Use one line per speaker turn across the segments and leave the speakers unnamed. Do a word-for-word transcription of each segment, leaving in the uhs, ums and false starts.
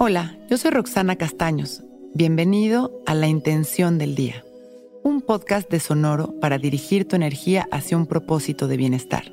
Hola, yo soy Roxana Castaños. Bienvenido a La Intención del Día, un podcast de Sonoro para dirigir tu energía hacia un propósito de bienestar.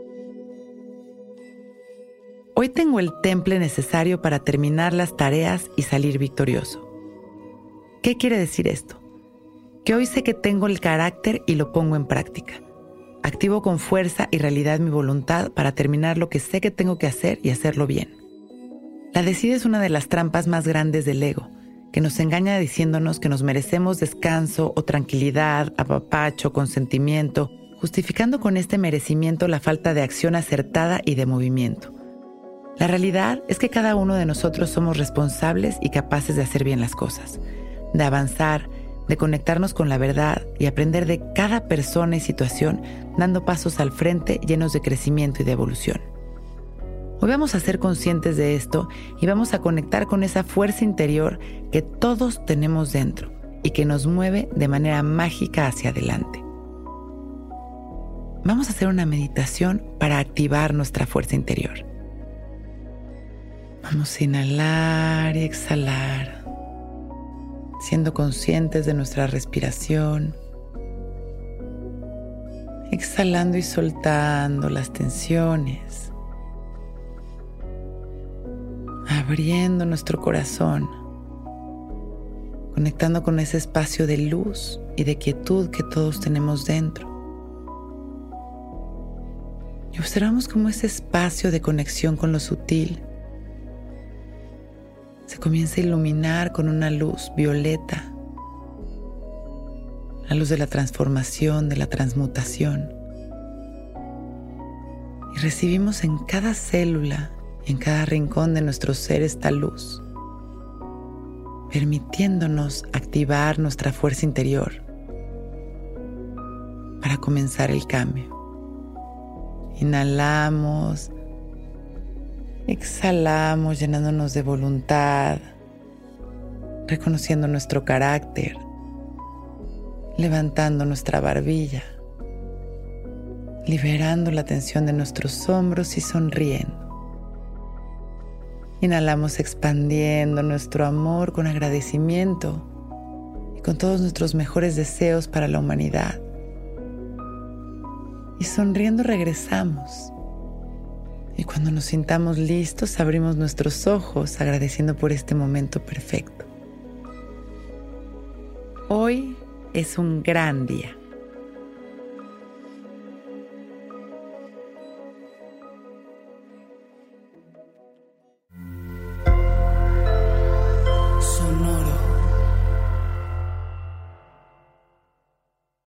Hoy tengo el temple necesario para terminar las tareas y salir victorioso. ¿Qué quiere decir esto? Que hoy sé que tengo el carácter y lo pongo en práctica. Activo con fuerza y realidad mi voluntad para terminar lo que sé que tengo que hacer y hacerlo bien. La decida es una de las trampas más grandes del ego, que nos engaña diciéndonos que nos merecemos descanso o tranquilidad, apapacho, consentimiento, justificando con este merecimiento la falta de acción acertada y de movimiento. La realidad es que cada uno de nosotros somos responsables y capaces de hacer bien las cosas, de avanzar, de conectarnos con la verdad y aprender de cada persona y situación, dando pasos al frente llenos de crecimiento y de evolución. Hoy vamos a ser conscientes de esto y vamos a conectar con esa fuerza interior que todos tenemos dentro y que nos mueve de manera mágica hacia adelante. Vamos a hacer una meditación para activar nuestra fuerza interior. Vamos a inhalar y exhalar, siendo conscientes de nuestra respiración, exhalando y soltando las tensiones, abriendo nuestro corazón, conectando con ese espacio de luz y de quietud que todos tenemos dentro. Y observamos cómo ese espacio de conexión con lo sutil se comienza a iluminar con una luz violeta, la luz de la transformación, de la transmutación. Y recibimos en cada célula, en cada rincón de nuestro ser esta luz, permitiéndonos activar nuestra fuerza interior para comenzar el cambio. Inhalamos, exhalamos llenándonos de voluntad, reconociendo nuestro carácter, levantando nuestra barbilla, liberando la tensión de nuestros hombros y sonriendo. Inhalamos expandiendo nuestro amor con agradecimiento y con todos nuestros mejores deseos para la humanidad. Y sonriendo regresamos. Y cuando nos sintamos listos, abrimos nuestros ojos agradeciendo por este momento perfecto. Hoy es un gran día.